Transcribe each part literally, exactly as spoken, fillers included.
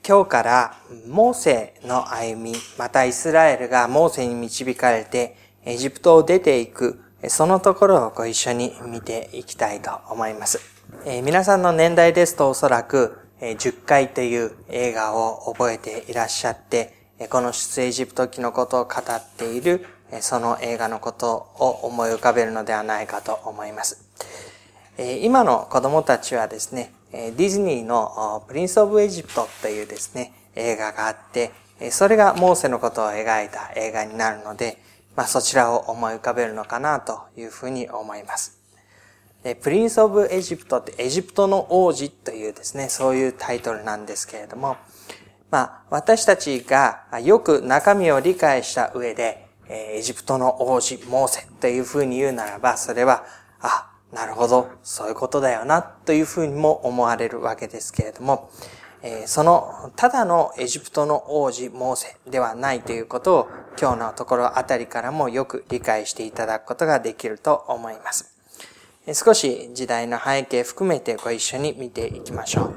今日からモーセの歩み、またイスラエルがモーセに導かれてエジプトを出ていく、そのところをご一緒に見ていきたいと思います。えー、皆さんの年代ですとおそらくじゅっかいという映画を覚えていらっしゃって、この出エジプト記のことを語っているその映画のことを思い浮かべるのではないかと思います。今の子供たちはですね、ディズニーのプリンス・オブ・エジプトというですね、映画があって、それがモーセのことを描いた映画になるので、まあそちらを思い浮かべるのかなというふうに思います。プリンス・オブ・エジプトってエジプトの王子というですね、そういうタイトルなんですけれども、まあ私たちがよく中身を理解した上で、エジプトの王子、モーセというふうに言うならば、それは、あ、なるほど、そういうことだよな、というふうにも思われるわけですけれども、その、ただのエジプトの王子、モーセではないということを、今日のところあたりからもよく理解していただくことができると思います。少し時代の背景含めてご一緒に見ていきましょう。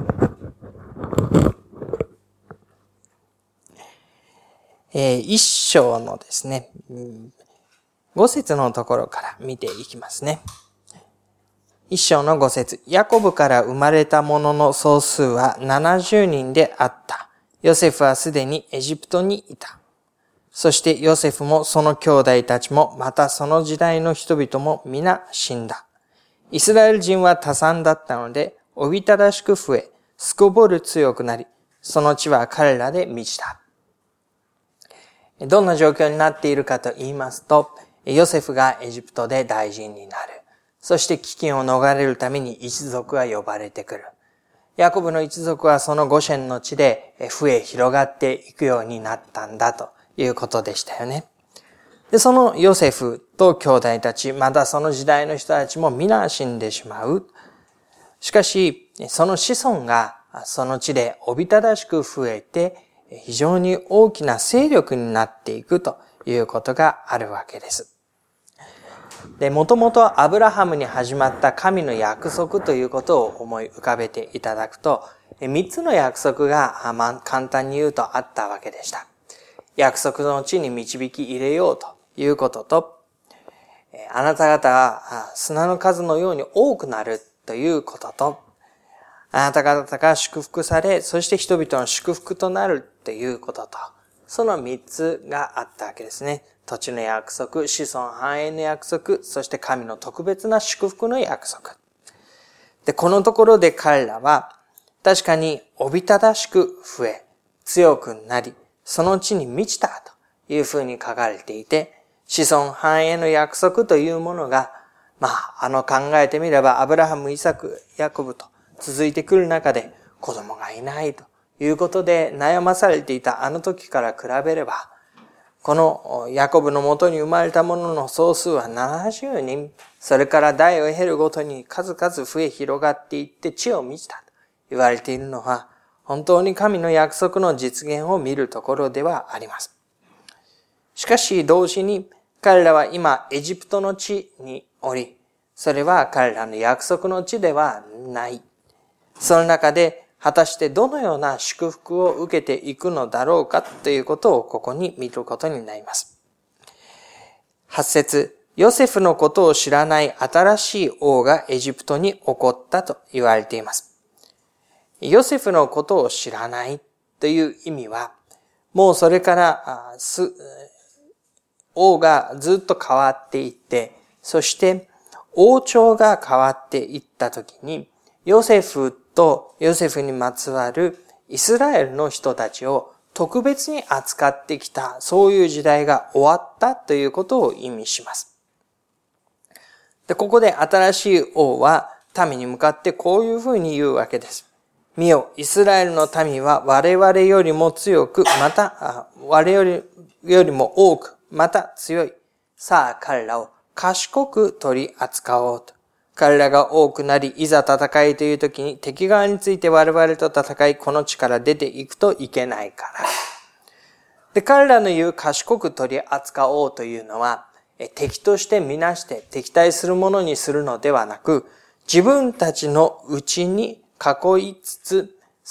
えー、一章のですね、五節のところから見ていきますね。一章の五節。ヤコブから生まれた者の総数はななじゅうにんであった。ヨセフはすでにエジプトにいた。そしてヨセフもその兄弟たちも、またその時代の人々も皆死んだ。イスラエル人は多産だったので、おびただしく増え、すこぶる強くなり、その地は彼らで満ちた。どんな状況になっているかと言いますと、ヨセフがエジプトで大臣になる。そして飢饉を逃れるために一族が呼ばれてくる。ヤコブの一族はそのゴシェンの地で増え広がっていくようになったんだということでしたよね。で、そのヨセフと兄弟たち、またその時代の人たちも皆死んでしまう。しかし、その子孫がその地でおびただしく増えて、非常に大きな勢力になっていくということがあるわけです。で、もともとアブラハムに始まった神の約束ということを思い浮かべていただくと、三つの約束が、まあ、簡単に言うとあったわけでした。約束の地に導き入れようということと、あなた方は砂の数のように多くなるということと、あなた方が祝福され、そして人々の祝福となるということと、その三つがあったわけですね。土地の約束、子孫繁栄の約束、そして神の特別な祝福の約束。で、このところで彼らは、確かにおびただしく増え、強くなり、その地に満ちたというふうに書かれていて、子孫繁栄の約束というものが、まあ、あの考えてみれば、アブラハム、イサク、ヤコブと続いてくる中で、子供がいないということで悩まされていたあの時から比べれば、このヤコブのもとに生まれた者の総数はななじゅうにん、それから代を経るごとに数々増え広がっていって地を満ちたと言われているのは、本当に神の約束の実現を見るところではあります。しかし同時に彼らは今エジプトの地におり、それは彼らの約束の地ではない。その中で果たしてどのような祝福を受けていくのだろうかということをここに見ることになります。はち節、ヨセフのことを知らない新しい王がエジプトに起こったと言われています。ヨセフのことを知らないという意味は、もうそれから王がずっと変わっていって、そして王朝が変わっていったときに、ヨセフとヨセフにまつわるイスラエルの人たちを特別に扱ってきた、そういう時代が終わったということを意味します。で、ここで新しい王は民に向かってこういうふうに言うわけです。見よ、イスラエルの民は我々よりも強く、また、我々よりも多く、また強い。さあ彼らを賢く取り扱おうと。彼らが多くなり、いざ戦いという時に敵側について我々と戦い、この地から出ていくといけないから。で、彼らの言う賢く取り扱おうというのは、敵としてみなして敵対するものにするのではなく、自分たちのうちに囲いつつ、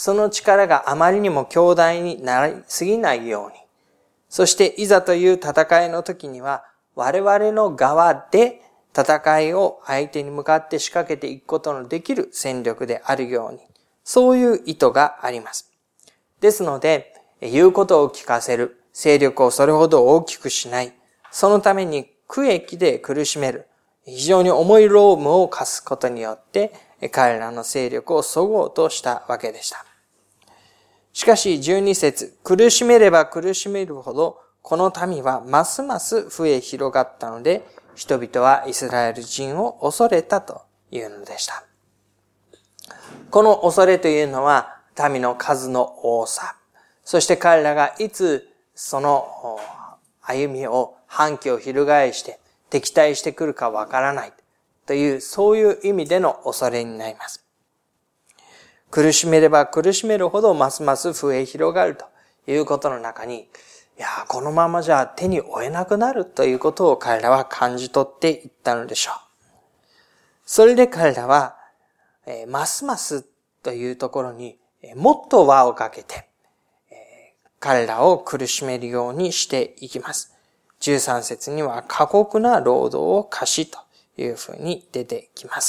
その力があまりにも強大になりすぎないように、そしていざという戦いの時には我々の側で戦いを相手に向かって仕掛けていくことのできる戦力であるように、そういう意図があります。ですので、言うことを聞かせる、勢力をそれほど大きくしない、そのために苦役で苦しめる、非常に重い労務を課すことによって、彼らの勢力を削ごうとしたわけでした。しかしじゅうに節、苦しめれば苦しめるほど、この民はますます増え広がったので、人々はイスラエル人を恐れたというのでした。この恐れというのは、民の数の多さ、そして彼らがいつその歩みを反旗を翻して敵対してくるかわからないという、そういう意味での恐れになります。苦しめれば苦しめるほどますます増え広がるということの中に、いや、このままじゃ手に負えなくなるということを彼らは感じ取っていったのでしょう。それで彼らは、えー、ますますというところにもっと輪をかけて、えー、彼らを苦しめるようにしていきます。じゅうさん節には過酷な労働を課しというふうに出てきます。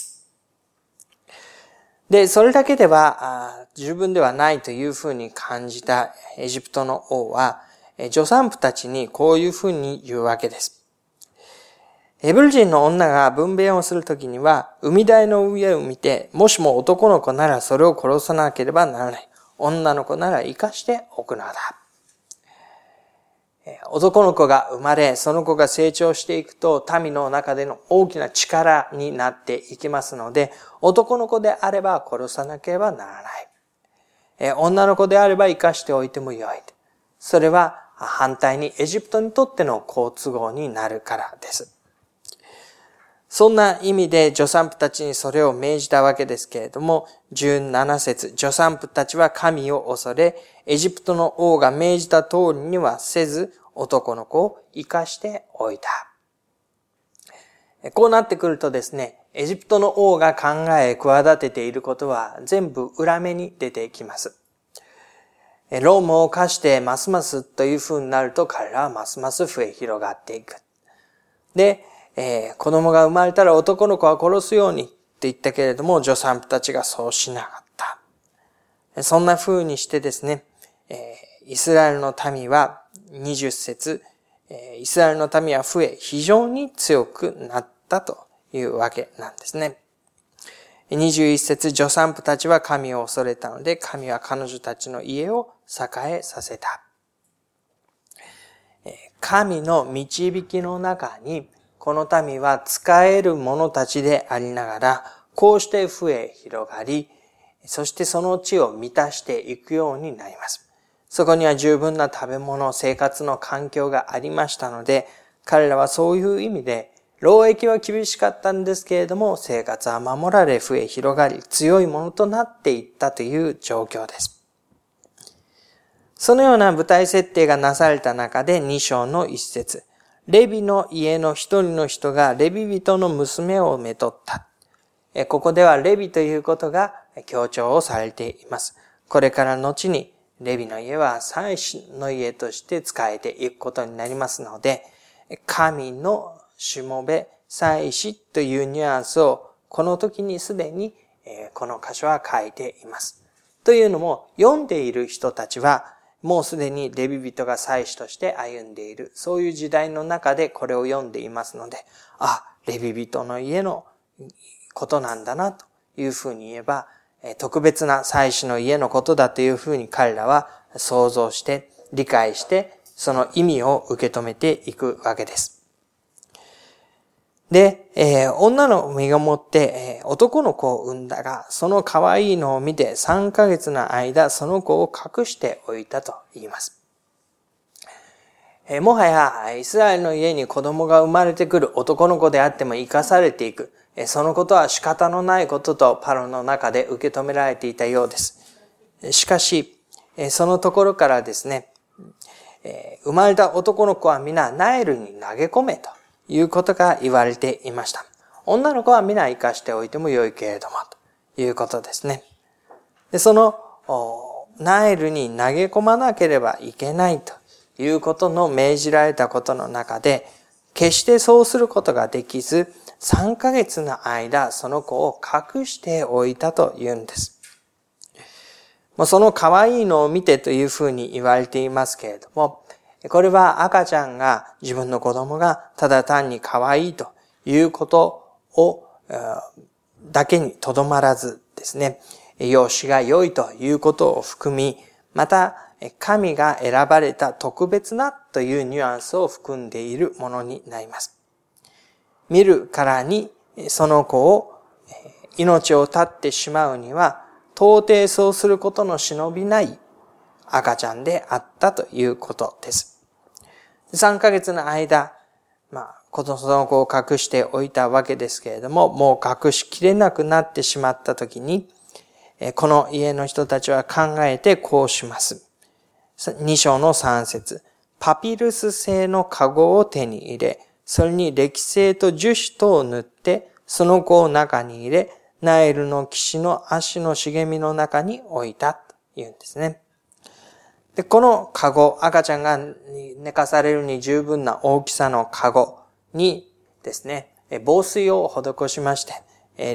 で、それだけでは十分ではないというふうに感じたエジプトの王は、助産婦たちにこういうふうに言うわけです。ヘブル人の女が分娩をするときには、産み台の上を見て、もしも男の子ならそれを殺さなければならない。女の子なら生かしておくのだ。男の子が生まれ、その子が成長していくと、民の中での大きな力になっていきますので、男の子であれば殺さなければならない。女の子であれば生かしておいてもよい。それは反対にエジプトにとっての好都合になるからです。そんな意味で助産婦たちにそれを命じたわけですけれども、じゅうなな節、助産婦たちは神を恐れ、エジプトの王が命じた通りにはせず、男の子を生かしておいた。こうなってくるとですね、エジプトの王が考え企てていることは全部裏目に出てきます。労務を課してますますという風になると、彼らはますます増え広がっていく。で、えー、子供が生まれたら男の子は殺すようにって言ったけれども、助産婦たちがそうしなかった。そんな風にしてですね、えー、イスラエルの民はにじゅう節、えー、イスラエルの民は増え非常に強くなったというわけなんですね。にじゅういち節、助産婦たちは神を恐れたので、神は彼女たちの家を栄えさせた。神の導きの中に、この民は使える者たちでありながら、こうして増え広がり、そしてその地を満たしていくようになります。そこには十分な食べ物、生活の環境がありましたので、彼らはそういう意味で、労役は厳しかったんですけれども、生活は守られ、増え広がり、強いものとなっていったという状況です。そのような舞台設定がなされた中でに章の一節、レビの家の一人の人がレビ人の娘をめとった。ここではレビということが強調をされています。これから後にレビの家は祭司の家として仕えていくことになりますので、神のしもべ祭司というニュアンスをこの時にすでにこの箇所は書いています。というのも読んでいる人たちはもうすでにレビ人が祭司として歩んでいる、そういう時代の中でこれを読んでいますので、あ、レビ人の家のことなんだなというふうに言えば、特別な祭司の家のことだというふうに彼らは想像して理解してその意味を受け止めていくわけです。で、えー、女の身ごもって、えー、男の子を産んだが、その可愛いのを見てさんかげつの間その子を隠しておいたと言います。えー、もはやイスラエルの家に子供が生まれてくる男の子であっても生かされていく。えー、そのことは仕方のないこととパロの中で受け止められていたようです。しかし、えー、そのところからですね、えー、生まれた男の子は皆ナイルに投げ込めということが言われていました。女の子は皆生かしておいても良いけれども、ということですね。で、そのナイルに投げ込まなければいけないということの命じられたことの中で、決してそうすることができず、さんかげつの間その子を隠しておいたというんです。その可愛いのを見てというふうに言われていますけれども、これは赤ちゃんが、自分の子供がただ単に可愛いということをだけにとどまらずですね、容姿が良いということを含み、また神が選ばれた特別なというニュアンスを含んでいるものになります。見るからにその子を命を絶ってしまうには到底そうすることの忍びない赤ちゃんであったということです。さんかげつの間、まあ、その子を隠しておいたわけですけれども、もう隠しきれなくなってしまったときに、この家の人たちは考えてこうします。に章のさん節。パピルス製の籠を手に入れ、それに歴製と樹脂とを塗って、その子を中に入れ、ナイルの岸の足の茂みの中に置いたというんですね。で、このカゴ、赤ちゃんが寝かされるに十分な大きさのカゴにですね、防水を施しまして、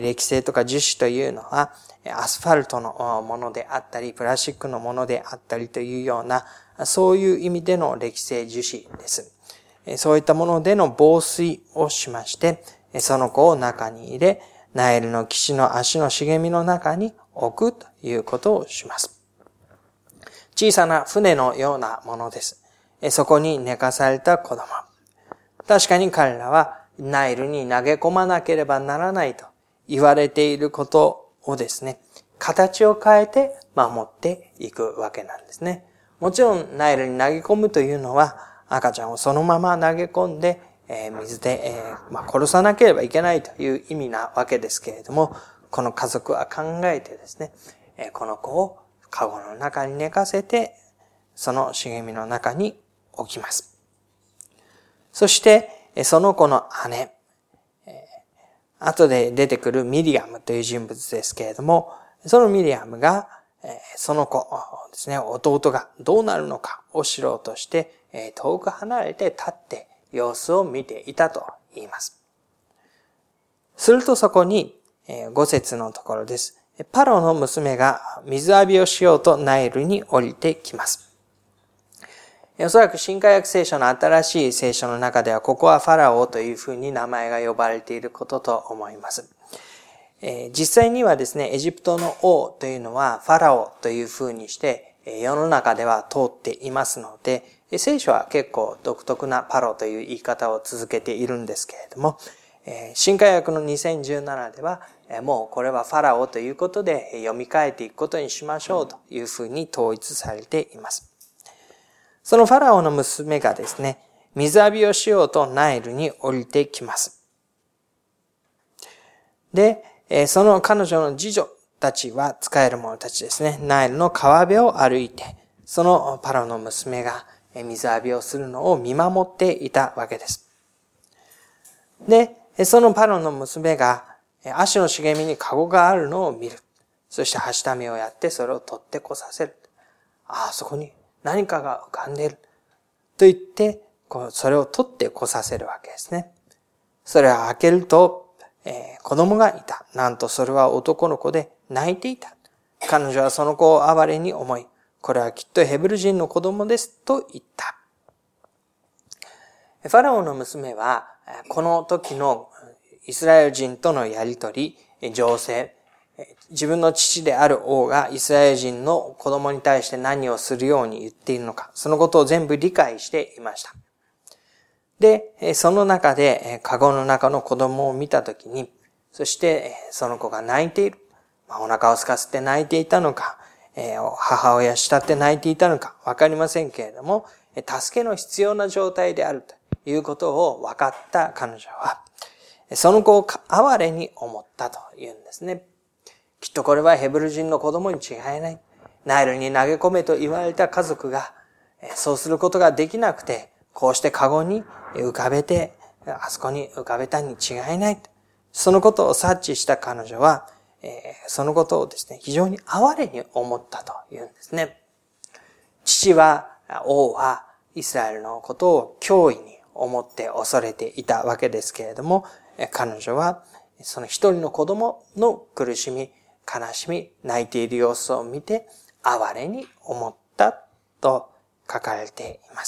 歴製とか樹脂というのはアスファルトのものであったり、プラスチックのものであったりというような、そういう意味での歴製樹脂です。そういったものでの防水をしまして、その子を中に入れ、ナイルの岸の足の茂みの中に置くということをします。小さな船のようなものです。そこに寝かされた子供。確かに彼らはナイルに投げ込まなければならないと言われていることをですね、形を変えて守っていくわけなんですね。もちろんナイルに投げ込むというのは赤ちゃんをそのまま投げ込んで水で、えーまあ、殺さなければいけないという意味なわけですけれども、この家族は考えてですね、この子をカゴの中に寝かせて、その茂みの中に置きます。そして、その子の姉、後で出てくるミリアムという人物ですけれども、そのミリアムが、その子ですね、弟がどうなるのかを知ろうとして、遠く離れて立って様子を見ていたと言います。するとそこに、ご節のところです。パロの娘が水浴びをしようとナイルに降りてきます。おそらく新海約聖書の新しい聖書の中では、ここはファラオというふうに名前が呼ばれていることと思います。えー、実際にはですね、エジプトの王というのはファラオというふうにして世の中では通っていますので、聖書は結構独特なパロという言い方を続けているんですけれども、新海約のにせんじゅうななではもうこれはファラオということで読み替えていくことにしましょうというふうに統一されています。そのファラオの娘がですね、水浴びをしようとナイルに降りてきます。で、その彼女の次女たちは使える者たちですね、ナイルの川辺を歩いて、そのパロの娘が水浴びをするのを見守っていたわけです。で、そのパロの娘が足の茂みにカゴがあるのを見る。そしてはしためをやってそれを取ってこさせる。ああ、そこに何かが浮かんでいる。と言って、それを取ってこさせるわけですね。それを開けると、えー、子供がいた。なんとそれは男の子で泣いていた。彼女はその子を哀れに思い、これはきっとヘブル人の子供ですと言った。ファラオの娘は、この時のイスラエル人とのやりとり、情勢、自分の父である王がイスラエル人の子供に対して何をするように言っているのか、そのことを全部理解していました。で、その中で、カゴの中の子供を見たときに、そしてその子が泣いている。お腹を空かせて泣いていたのか、母親慕って泣いていたのか、わかりませんけれども、助けの必要な状態であるということを分かった彼女は、その子を哀れに思ったというんですね。きっとこれはヘブル人の子供に違いない。ナイルに投げ込めと言われた家族が、そうすることができなくて、こうしてカゴに浮かべて、あそこに浮かべたに違いない。そのことを察知した彼女は、 えー、そのことをですね、非常に哀れに思ったというんですね。父は、王はイスラエルのことを脅威に思って恐れていたわけですけれども、彼女はその一人の子供の苦しみ、悲しみ、泣いている様子を見て哀れに思ったと書かれています。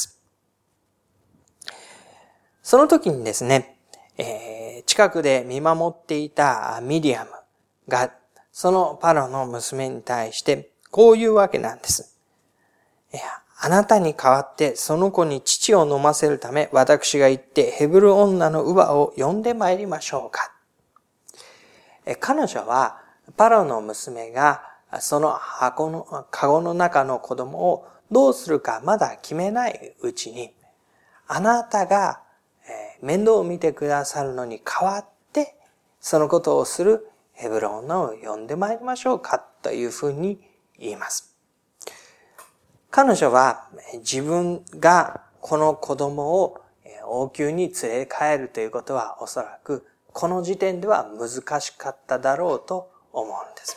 その時にですね、えー、近くで見守っていたミディアムがそのパロの娘に対してこういうわけなんです。いや、あなたに代わってその子に乳を飲ませるため私が行ってヘブル女の乳母を呼んで参りましょうか。え彼女はパロの娘がその箱の、カゴの中の子供をどうするかまだ決めないうちに、あなたが面倒を見てくださるのに代わってそのことをするヘブル女を呼んで参りましょうかというふうに言います。彼女は自分がこの子供を王宮に連れ帰るということはおそらくこの時点では難しかっただろうと思うんです。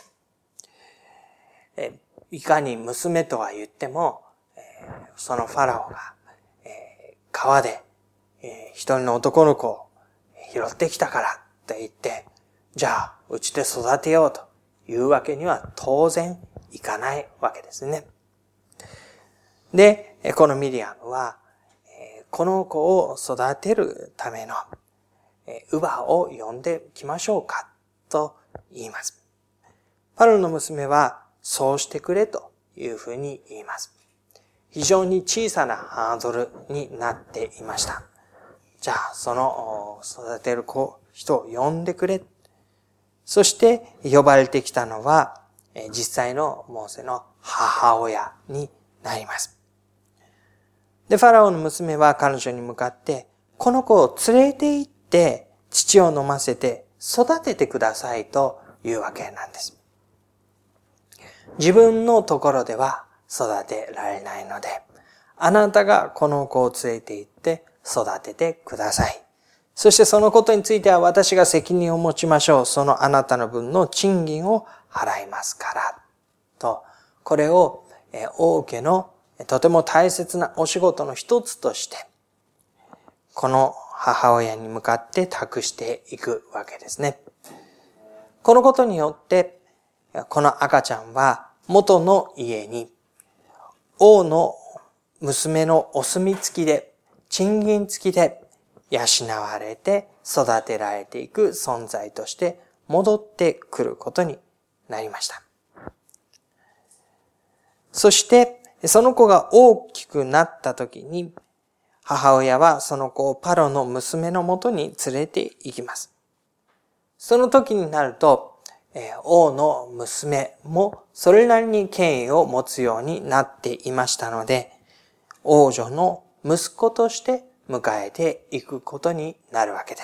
いかに娘とは言っても、そのファラオが川で一人の男の子を拾ってきたからと言って、じゃあうちで育てようというわけには当然いかないわけですね。で、このミディアムは、この子を育てるための乳母を呼んできましょうかと言います。パロの娘はそうしてくれというふうに言います。非常に小さなハードルになっていました。じゃあ、その育てる子、人を呼んでくれ。そして呼ばれてきたのは、実際のモーセの母親になります。で、ファラオの娘は彼女に向かって、この子を連れて行って乳を飲ませて育ててくださいというわけなんです。自分のところでは育てられないので、あなたがこの子を連れて行って育ててください。そしてそのことについては私が責任を持ちましょう。そのあなたの分の賃金を払いますから。と、これを王家のとても大切なお仕事の一つとして、この母親に向かって託していくわけですね。このことによって、この赤ちゃんは元の家に、王の娘のお墨付きで、賃金付きで養われて育てられていく存在として戻ってくることになりました。そして、その子が大きくなった時に、母親はその子をパロの娘のもとに連れて行きます。その時になると、王の娘もそれなりに権威を持つようになっていましたので、王女の息子として迎えていくことになるわけです。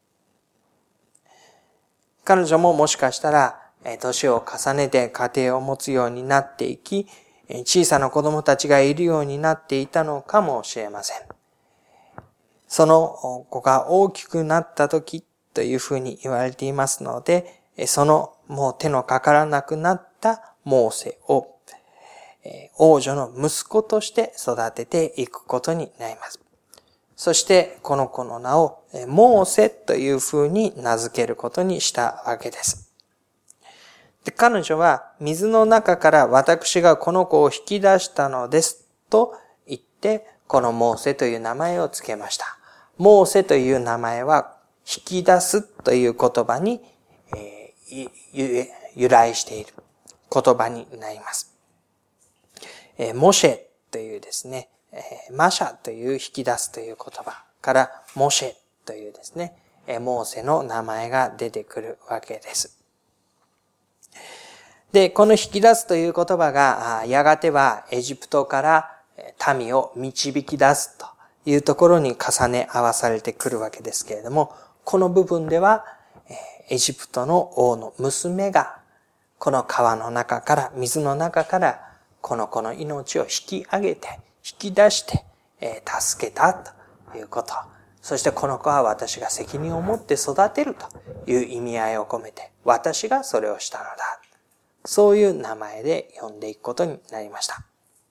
彼女ももしかしたら、年を重ねて家庭を持つようになっていき、小さな子供たちがいるようになっていたのかもしれません。その子が大きくなった時というふうに言われていますので、そのもう手のかからなくなったモーセを王女の息子として育てていくことになります。そしてこの子の名をモーセというふうに名付けることにしたわけです。で、彼女は水の中から私がこの子を引き出したのですと言って、このモーセという名前をつけました。モーセという名前は引き出すという言葉に、えー、由来している言葉になります。えー、モシェというですね、えー、マシャという引き出すという言葉からモシェというですね、えー、モーセの名前が出てくるわけです。で、この引き出すという言葉が、やがてはエジプトから民を導き出すというところに重ね合わされてくるわけですけれども、この部分では、エジプトの王の娘が、この川の中から、水の中から、この子の命を引き上げて、引き出して、助けたということ。 そしてこの子は私が責任を持って育てるという意味合いを込めて、私がそれをしたのだ。そういう名前で呼んでいくことになりました。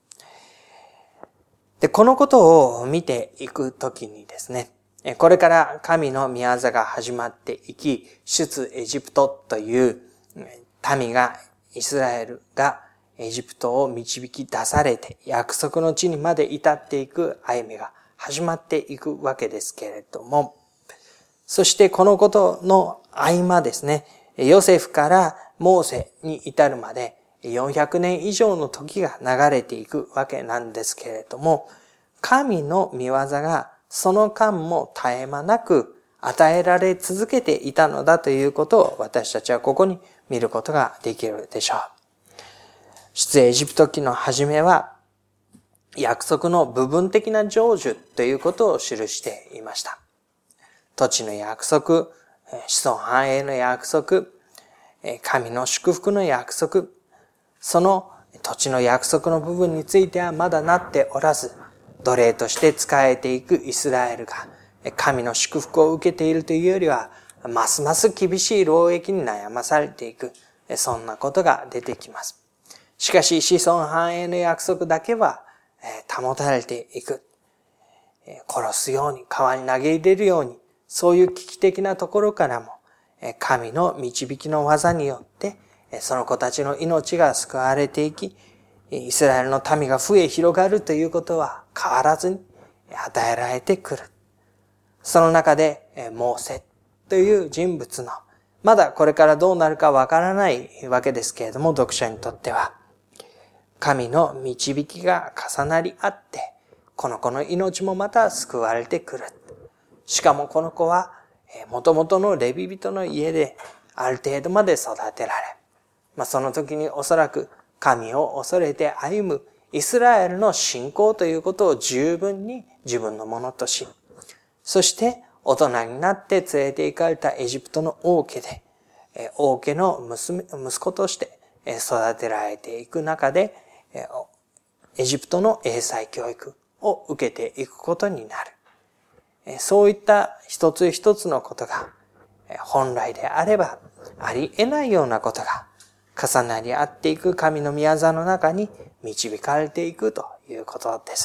で、このことを見ていくときにですね、これから神の御業が始まっていき、出エジプトという民が、イスラエルがエジプトを導き出されて、約束の地にまで至っていく歩みが始まっていくわけですけれども、そしてこのことの合間ですね、ヨセフからモーセに至るまでよんひゃくねん以上の時が流れていくわけなんですけれども、神の御業がその間も絶え間なく与えられ続けていたのだということを私たちはここに見ることができるでしょう。出エジプト記の初めは約束の部分的な成就ということを記していました。土地の約束、子孫繁栄の約束、神の祝福の約束、その土地の約束の部分についてはまだなっておらず、奴隷として仕えていくイスラエルが神の祝福を受けているというよりは、ますます厳しい労役に悩まされていく、そんなことが出てきます。しかし子孫繁栄の約束だけは保たれていく。殺すように、川に投げ入れるように、そういう危機的なところからも、神の導きの技によって、その子たちの命が救われていき、イスラエルの民が増え広がるということは変わらずに与えられてくる。その中で、モーセという人物の、まだこれからどうなるかわからないわけですけれども、読者にとっては、神の導きが重なり合って、この子の命もまた救われてくる。しかもこの子は、元々のレビ人の家である程度まで育てられ、まあ、その時におそらく神を恐れて歩むイスラエルの信仰ということを十分に自分のものとし、そして大人になって連れて行かれたエジプトの王家で、王家の娘、息子として育てられていく中で、エジプトの英才教育を受けていくことになる。そういった一つ一つのことが、本来であればありえないようなことが重なり合っていく神の御業の中に導かれていくということです。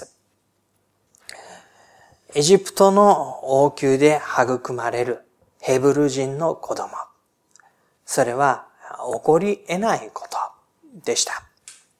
エジプトの王宮で育まれるヘブル人の子供。それは起こり得ないことでした。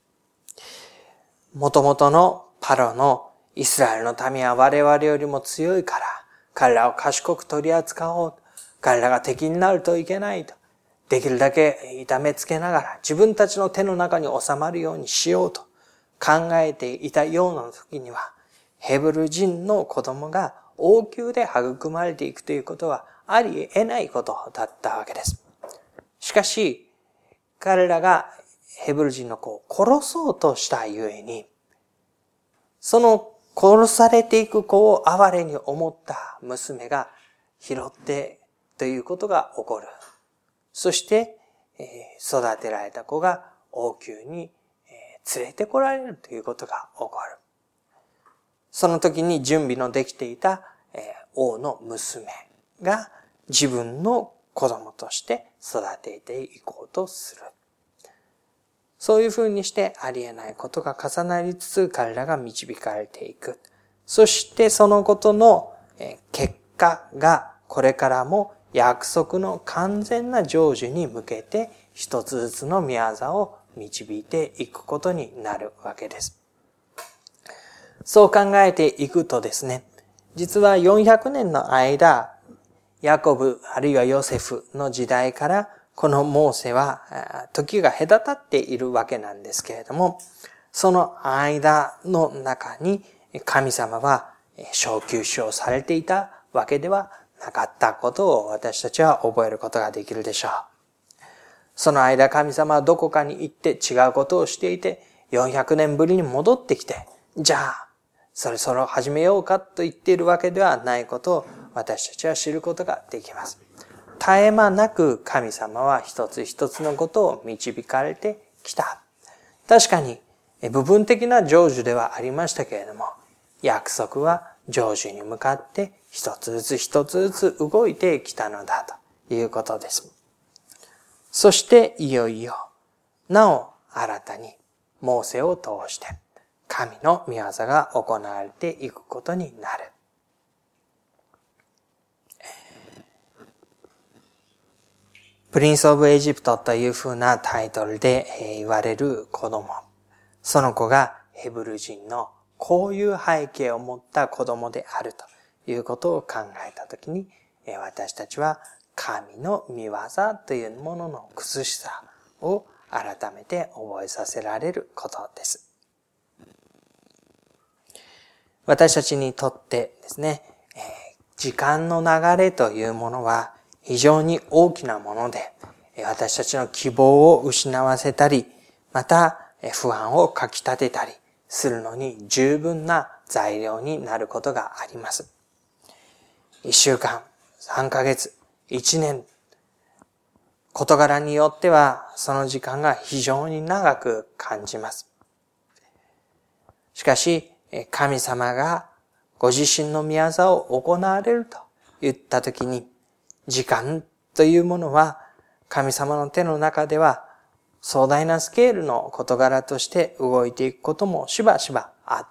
もともとのパロのイスラエルの民は我々よりも強いから、彼らを賢く取り扱おう。彼らが敵になるといけないと。できるだけ痛めつけながら自分たちの手の中に収まるようにしようと考えていたような時には、ヘブル人の子供が王宮で育まれていくということはあり得ないことだったわけです。しかし、彼らがヘブル人の子を殺そうとしたゆえに、その殺されていく子を哀れに思った娘が拾ってということが起こる。そして、育てられた子が王宮に連れてこられるということが起こる。その時に準備のできていた王の娘が自分の子供として育てていこうとする。そういうふうにしてありえないことが重なりつつ彼らが導かれていく。そしてそのことの結果がこれからも約束の完全な成就に向けて一つずつの御業を導いていくことになるわけです。そう考えていくとですね、実はよんひゃくねんの間、ヤコブあるいはヨセフの時代からこのモーセは時が隔たっているわけなんですけれども、その間の中に神様は小休止をされていたわけではなかったことを私たちは覚えることができるでしょう。その間神様はどこかに行って違うことをしていて、よんひゃくねんぶりに戻ってきて、じゃあそろそろ始めようかと言っているわけではないことを私たちは知ることができます。絶え間なく神様は一つ一つのことを導かれてきた。確かに部分的な成就ではありましたけれども、約束は成就に向かって一つずつ一つずつ動いてきたのだということです。そしていよいよ、なお新たにモーセを通して神の御業が行われていくことになる。プリンス・オブ・エジプトという風なタイトルで言われる子供。その子がヘブル人のこういう背景を持った子供であるということを考えたときに、私たちは神の御業というものの苦しさを改めて覚えさせられることです。私たちにとってですね、時間の流れというものは非常に大きなもので、私たちの希望を失わせたり、また不安をかき立てたりするのに十分な材料になることがあります。一週間、三ヶ月、一年、事柄によってはその時間が非常に長く感じます。しかし、神様がご自身の御業を行われると言ったときに、時間というものは神様の手の中では壮大なスケールの事柄として動いていくこともしばしばあって、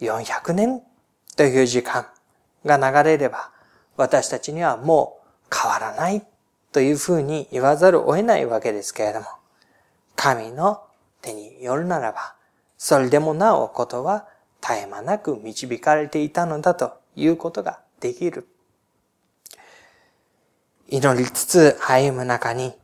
よんひゃくねんという時間が流れれば私たちにはもう変わらないというふうに言わざるを得ないわけですけれども、神の手によるならば、それでもなおことは絶え間なく導かれていたのだということができる。祈りつつ歩む中に、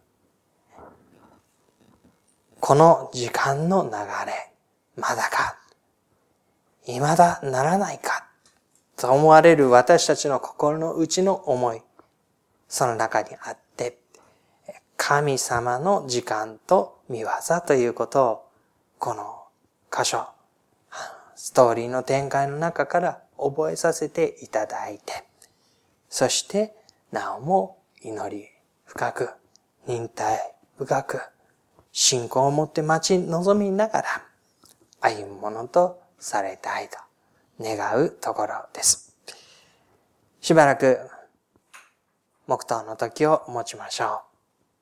この時間の流れ、まだか、未だならないか、と思われる私たちの心の内の思い、その中にあって、神様の時間と御業ということを、この箇所、ストーリーの展開の中から覚えさせていただいて、そしてなおも祈り深く、忍耐深く、信仰を持って待ち望みながら歩むものとされたいと願うところです。しばらく黙祷の時を持ちましょう。